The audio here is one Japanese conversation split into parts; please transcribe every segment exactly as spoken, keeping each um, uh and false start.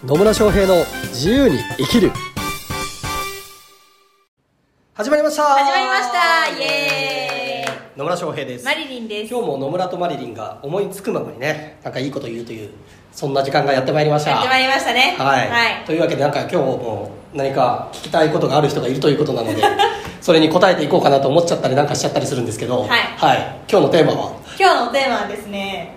野村翔平の自由に生きる。始まりました始まりましたイエーイ。 野村翔平です。 マリリンです。 今日も野村とマリリンが思いつくままにね、なんかいいこと言うというそんな時間がやってまいりました。 やってまいりましたね。 はい、はい、というわけでなんか今日も何か聞きたいことがある人がいるということなのでそれに答えていこうかなと思っちゃったりなんかしちゃったりするんですけど、はい、はい、今日のテーマは今日のテーマはですね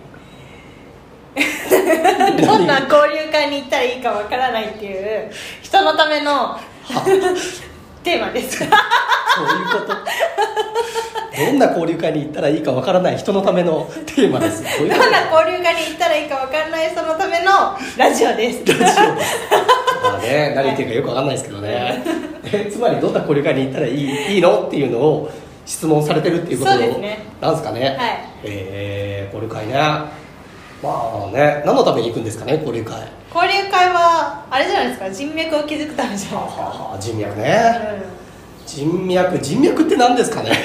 どんな交流会に行ったらいいかわからないっていう人のためのテーマですそういうことどんな交流会に行ったらいいかわからない人のためのテーマです。 どんな交流会に行ったらいいかわからない人のためのラジオですラジオですまあね、何言ってるかよくわかんないですけどねえつまりどんな交流会に行ったらいい、いいのっていうのを質問されてるっていうことなんですかね。 はい、 えー、交流会ね。まあね、何のために行くんですかね、交流会。 交流会はあれじゃないですか、人脈を築くためじゃないですか。はあはあ、人脈ね、うん、人脈人脈って何ですかね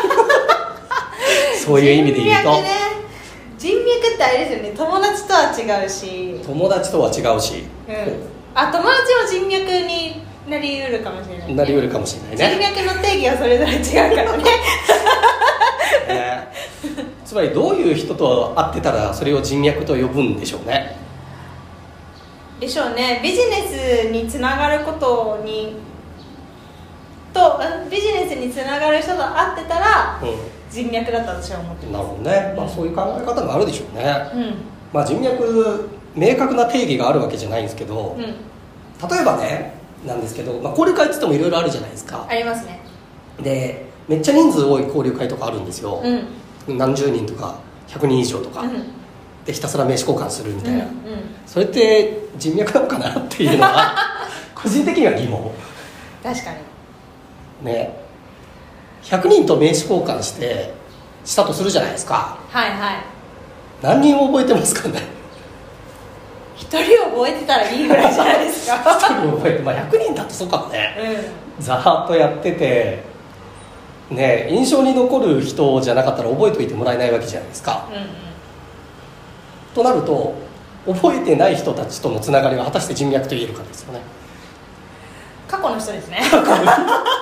そういう意味で言うと人脈ね、 人脈ってあれですよね、友達とは違うし友達とは違うし、 うん、あ、友達も人脈になりうるかもしれない、ね、 なりうるかもしれないね。 人脈の定義はそれぞれ違うからねね、つまりどういう人と会ってたらそれを人脈と呼ぶんでしょうね。 でしょうね。ビジネスにつながることにとビジネスにつながる人と会ってたら、うん、人脈だと私は思ってます。 なるほどね、まあ、そういう考え方があるでしょうね、うん、まあ、人脈明確な定義があるわけじゃないんですけど、うん、例えばねなんですけど、まあ、交流会って言ってもいろいろあるじゃないですか。 ありますね。 でめっちゃ人数多い交流会とかあるんですよ、うん、何十人とかひゃくにん以上とか、うん、でひたすら名刺交換するみたいな、うんうん、それって人脈なのかなっていうのは個人的には疑問。 確かにね、ひゃくにんと名刺交換してしたとするじゃないですか。 はいはい。 何人覚えてますかね。 ひとり覚えてたらいいぐらいじゃないですかひとり覚えて、まあ、ひゃくにんだとそうかもね、うん、ざーっとやっててね、印象に残る人じゃなかったら覚えておいてもらえないわけじゃないですか、うんうん、となると覚えてない人たちとのつながりは果たして人脈と言えるかですよね。 過去の人ですね過去の人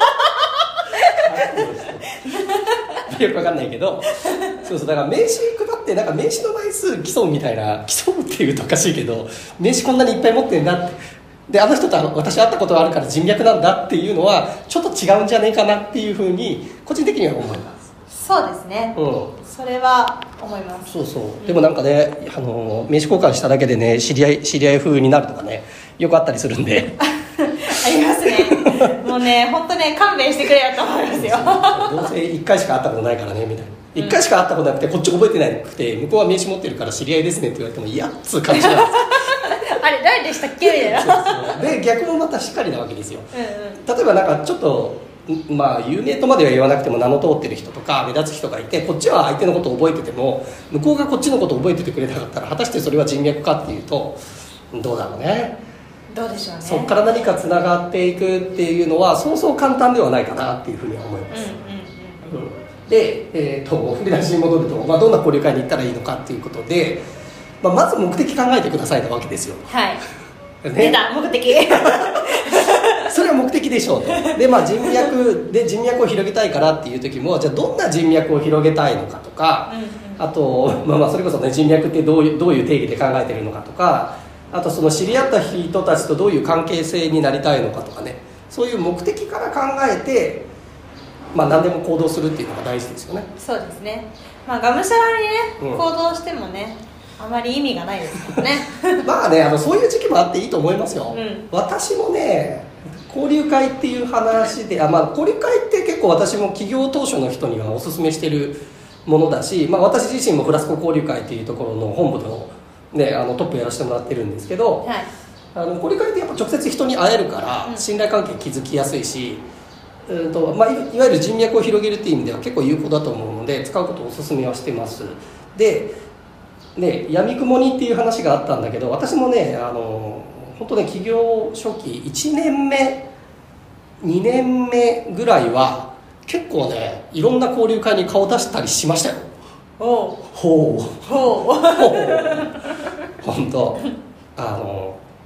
よく分かんないけどそうそう、だから名刺配ってなんか名刺の枚数競うみたいな、競うっていうとおかしいけど名刺こんなにいっぱい持ってんだって、であの人と私会ったことがあるから人脈なんだっていうのはちょっと違うんじゃねえかなっていうふうに個人的には思います。 そうですね、うん、それは思います。 そうそう、うん、でもなんかね、あの名刺交換しただけでね知り合い知り合い風になるとかねよくあったりするんでありますねもうね本当ね勘弁してくれよと思いますよどうせいっかいしか会ったことないからねみたいな、いっかいしか会ったことなくてこっち覚えてなくて向こうは名刺持ってるから知り合いですねって言われてもいやっつう感じなんですあれ誰でしたっけみたいな。そうそうで逆もまたしっかりなわけですよ、うんうん、例えばなんかちょっとまあ有名とまでは言わなくても名の通ってる人とか目立つ人がいてこっちは相手のことを覚えてても向こうがこっちのことを覚えててくれなかったら果たしてそれは人脈かっていうとどうだろうね。 どうでしょうね。 そこから何かつながっていくっていうのはそうそう簡単ではないかなっていうふうには思います、うんうんうんうん、で、えー、と振り出しに戻ると、まあ、どんな交流会に行ったらいいのかっていうことで、まあ、まず目的考えてくださいなわけですよ。 はい、ね、出た目的それは目的でしょうと。で、まあ、人脈で人脈を広げたいからっていう時もじゃあどんな人脈を広げたいのかとか、うんうん、あと、まあ、まあそれこそね人脈ってどういう、どういう定義で考えてるのかとか、あとその知り合った人たちとどういう関係性になりたいのかとかね、そういう目的から考えて、まあ、何でも行動するっていうのが大事ですよね。 そうですね、まあ、がむしゃらにね、うん、行動してもねあまり意味がないですからねまあね、あのそういう時期もあっていいと思いますよ、うん、私もね交流会っていう話で、あ、まあ、交流会って結構私も企業当初の人にはおすすめしてるものだし、まあ、私自身もフラスコ交流会っていうところの本部の、ね、あのトップやらせてもらってるんですけど、はい、あの交流会ってやっぱ直接人に会えるから信頼関係築きやすいし、うんとまあ、いわゆる人脈を広げるっていう意味では結構有効だと思うので使うことをおすすめはしてます。でで闇雲にっていう話があったんだけど、私もねあの本当ね起業初期いちねんめにねんめぐらいは結構ねいろんな交流会に顔出したりしましたよ。 おうほうほう本当あの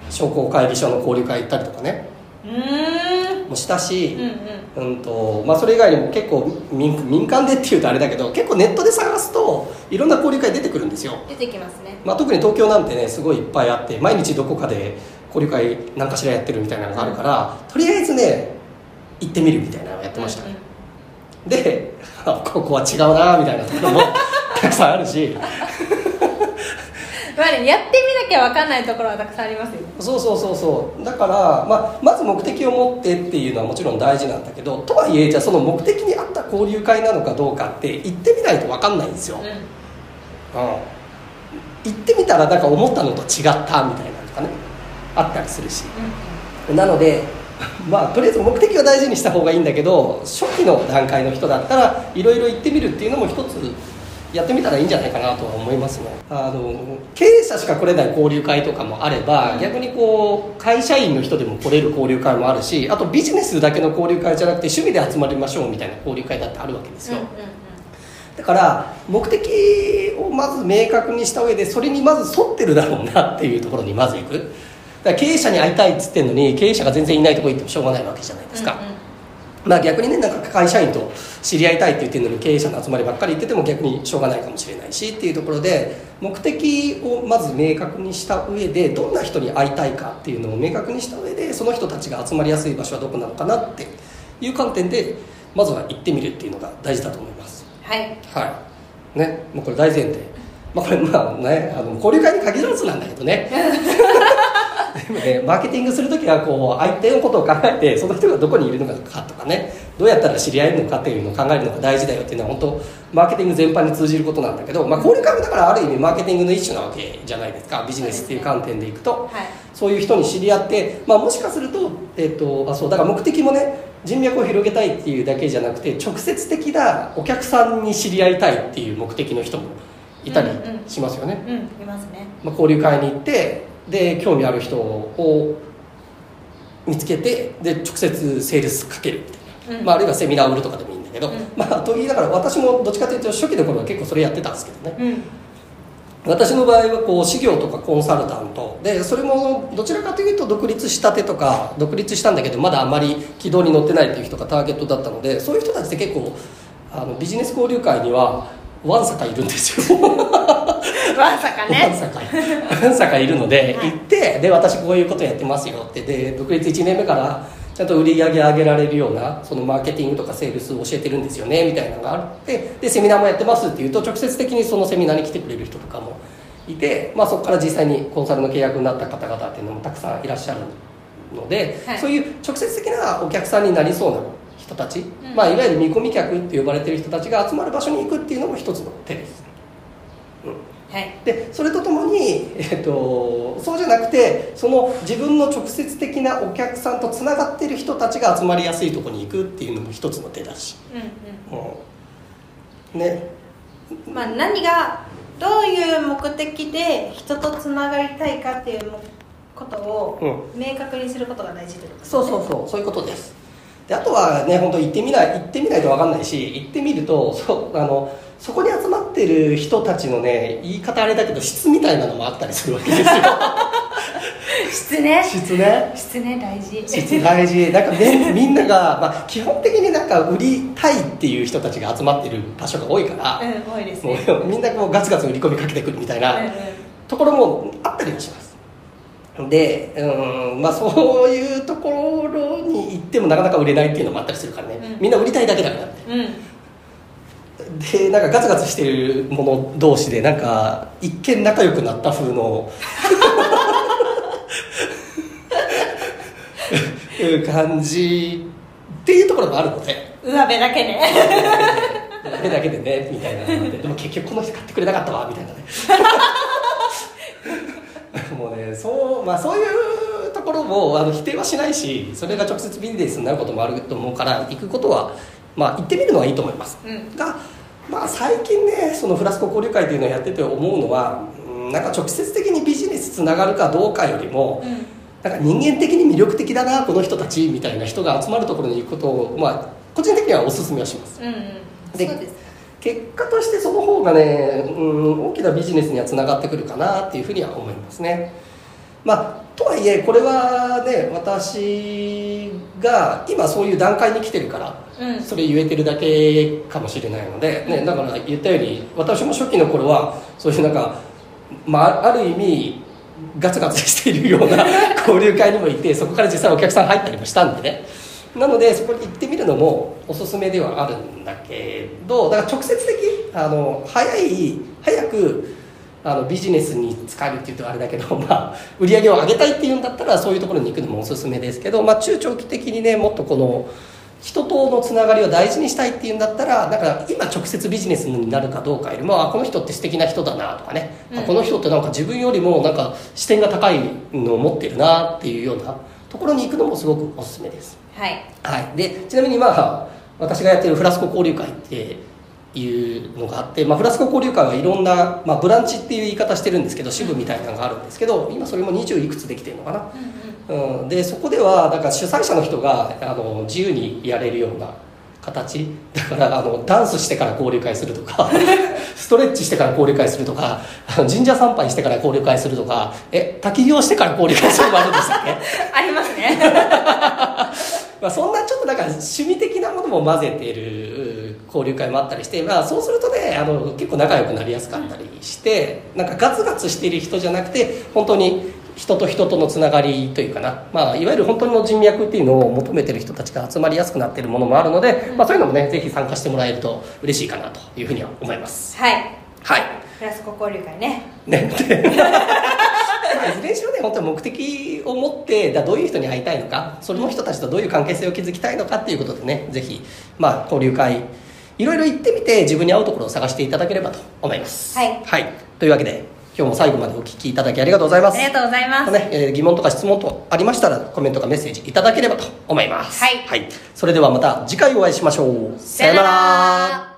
商工会議所の交流会行ったりとかねうーんもしたし、 うんうんうんとまあ、それ以外にも結構 民, 民間でっていうとあれだけど結構ネットで探すといろんな交流会出てくるんですよ。 出てきますね、 まあ、特に東京なんてねすごいいっぱいあって毎日どこかで交流会何かしらやってるみたいなのがあるから、うん、とりあえずね行ってみるみたいなのをやってました、ねうんうん、でここは違うなみたいなところもたくさんあるしまあね、やってみなきゃ分かんないところはたくさんありますよね。 そうそうそうそうだから、まあ、まず目的を持ってっていうのはもちろん大事なんだけどとはいえじゃあその目的に合った交流会なのかどうかって行ってみないと分かんないんですよ、うんうん、行ってみたらなんか思ったのと違ったみたいなのとかねあったりするし、うん、なのでまあとりあえず目的は大事にした方がいいんだけど初期の段階の人だったらいろいろ行ってみるっていうのも一つやってみたらいいんじゃないかなとは思いますね。あの経営者しか来れない交流会とかもあれば、うん、逆にこう会社員の人でも来れる交流会もあるしあとビジネスだけの交流会じゃなくて趣味で集まりましょうみたいな交流会だってあるわけですよ、うんうんうん、だから目的をまず明確にした上でそれにまず沿ってるだろうなっていうところにまず行く。だから経営者に会いたいっつってんのに経営者が全然いないところ行ってもしょうがないわけじゃないですか、うんうんまあ、逆にねなんか会社員と知り合いたいって言ってるのに経営者の集まりばっかり行ってても逆にしょうがないかもしれないしっていうところで目的をまず明確にした上でどんな人に会いたいかっていうのを明確にした上でその人たちが集まりやすい場所はどこなのかなっていう観点でまずは行ってみるっていうのが大事だと思います。 はいはいねもうこれ大前提、まあ、これまあねあの交流会に限らずなんだけどねでもね、マーケティングするときはこう相手のことを考えてその人がどこにいるのかとかねどうやったら知り合えるのかっていうのを考えるのが大事だよっていうのは本当マーケティング全般に通じることなんだけど、まあ、交流会もだからある意味マーケティングの一種なわけじゃないですかビジネスっていう観点でいくと そう,、ねはい、そういう人に知り合って、まあ、もしかすると、えー、とあそうだから目的もね人脈を広げたいっていうだけじゃなくて直接的なお客さんに知り合いたいっていう目的の人もいたりしますよね、 うんうんうん、いますね、 まあ、交流会に行ってで興味ある人を見つけてで直接セールスかけるみたいな、うんまあ、あるいはセミナーを売るとかでもいいんだけど、うんまあ、と言いながら私もどっちかというと初期の頃は結構それやってたんですけどね、うん、私の場合はこう事業とかコンサルタントでそれもどちらかというと独立したてとか独立したんだけどまだあまり軌道に乗ってないっていう人がターゲットだったのでそういう人たちって結構あのビジネス交流会にはわんさかいるんですよわんさかねわんさかわんさかいるので、はい、行ってで私こういうことやってますよってで独立いちねんめからちゃんと売り上げ上げられるようなそのマーケティングとかセールスを教えてるんですよねみたいなのがあってでセミナーもやってますっていうと直接的にそのセミナーに来てくれる人とかもいて、まあ、そこから実際にコンサルの契約になった方々っていうのもたくさんいらっしゃるので、はい、そういう直接的なお客さんになりそうな人たち、うんまあ、いわゆる見込み客って呼ばれてる人たちが集まる場所に行くっていうのも一つの手です、うんはい、でそれとともに、えー、とそうじゃなくてその自分の直接的なお客さんとつながってる人たちが集まりやすいところに行くっていうのも一つの手だし、うんうんうん、ねまあ、何がどういう目的で人とつながりたいかっていうことを明確にすることが大事ということですね、 そうそうそうそういうことです。であとはね本当行ってみない行ってみないと分かんないし行ってみると そ, あのそこに集まってる人たちのね言い方あれだけど質みたいなのもあったりするわけですよ質ね質ね質ね大事質大事なんか、ね、みんなが、まあ、基本的になんか売りたいっていう人たちが集まってる場所が多いから、 うん、多いですね、 もうみんなこうガツガツ売り込みかけてくるみたいなところもあったりはします。で、うんまあ、そういうところに行ってもなかなか売れないっていうのもあったりするからね、うん、みんな売りたいだけだからって、うん、でなんかガツガツしてる者同士でなんか一見仲良くなった風の感じっていうところもあるので上辺だけね上辺だけでねみたいなのででも結局この人買ってくれなかったわみたいなねもうねそう、まあ、そういうところもあの否定はしないしそれが直接ビジネスになることもあると思うから行くことは、まあ、行ってみるのはいいと思います、うん、が、まあ、最近ねそのフラスコ交流会というのをやってて思うのは、うん、なんか直接的にビジネスつながるかどうかよりも、うん、なんか人間的に魅力的だなこの人たちみたいな人が集まるところに行くことを、まあ、個人的にはお勧めはします、うんうん、でそうです結果としてその方がね、うん、大きなビジネスにはつながってくるかなっていうふうには思いますね。まあ、とはいはいえこれはね私が今そういう段階に来てるから、うん、それ言えてるだけかもしれないので、ね、だから言ったように私も初期の頃はそういうなんか、まあ、ある意味ガツガツしているような交流会にもいてそこから実際お客さん入ったりもしたんでね、なのでそこに行ってみるのもおすすめではあるんだけど、だから直接的あの早い早くあのビジネスに使えるっていうとあれだけど、まあ、売り上げを上げたいっていうんだったらそういうところに行くのもおすすめですけど、まあ、中長期的にねもっとこの人とのつながりを大事にしたいっていうんだったらなんか今直接ビジネスになるかどうかよりもあこの人って素敵な人だなとかね、うん、あこの人ってなんか自分よりもなんか視点が高いのを持ってるなっていうようなところに行くのもすごくおすすめです。 はい、 はい、でちなみにまあ私がやってるフラスコ交流会っていうのがあって、まあ、フラスコ交流会はいろんな、まあ、ブランチっていう言い方してるんですけど支部みたいなのがあるんですけど今それもにじゅういくつできてるのかな、うんうんうん、でそこではだから主催者の人があの自由にやれるような形だからあのダンスしてから交流会するとかストレッチしてから交流会するとか神社参拝してから交流会するとかえ焚き火をしてから交流会するのもあるんでしたっけありますねまあそんなちょっとなんか趣味的なものも混ぜている交流会もあったりして、まあ、そうするとねあの結構仲良くなりやすかったりしてなんかガツガツしている人じゃなくて本当に人と人とのつながりというかな、まあ、いわゆる本当の人脈っていうのを求めてる人たちが集まりやすくなっているものもあるので、まあ、そういうのもねぜひ参加してもらえると嬉しいかなというふうには思います。 はい、 はい、 フラスコ交流会ねねまあ、いずれにしろね本当に目的を持ってだどういう人に会いたいのかその人たちとどういう関係性を築きたいのかっていうことでねぜひ、まあ、交流会いろいろ行ってみて自分に合うところを探していただければと思います。 はい、 はい、というわけで今日も最後までお聞きいただきありがとうございます。 ありがとうございます、 ねえー、疑問とか質問とありましたらコメントかメッセージいただければと思います。 はい、 はい、それではまた次回お会いしましょう。 さよなら。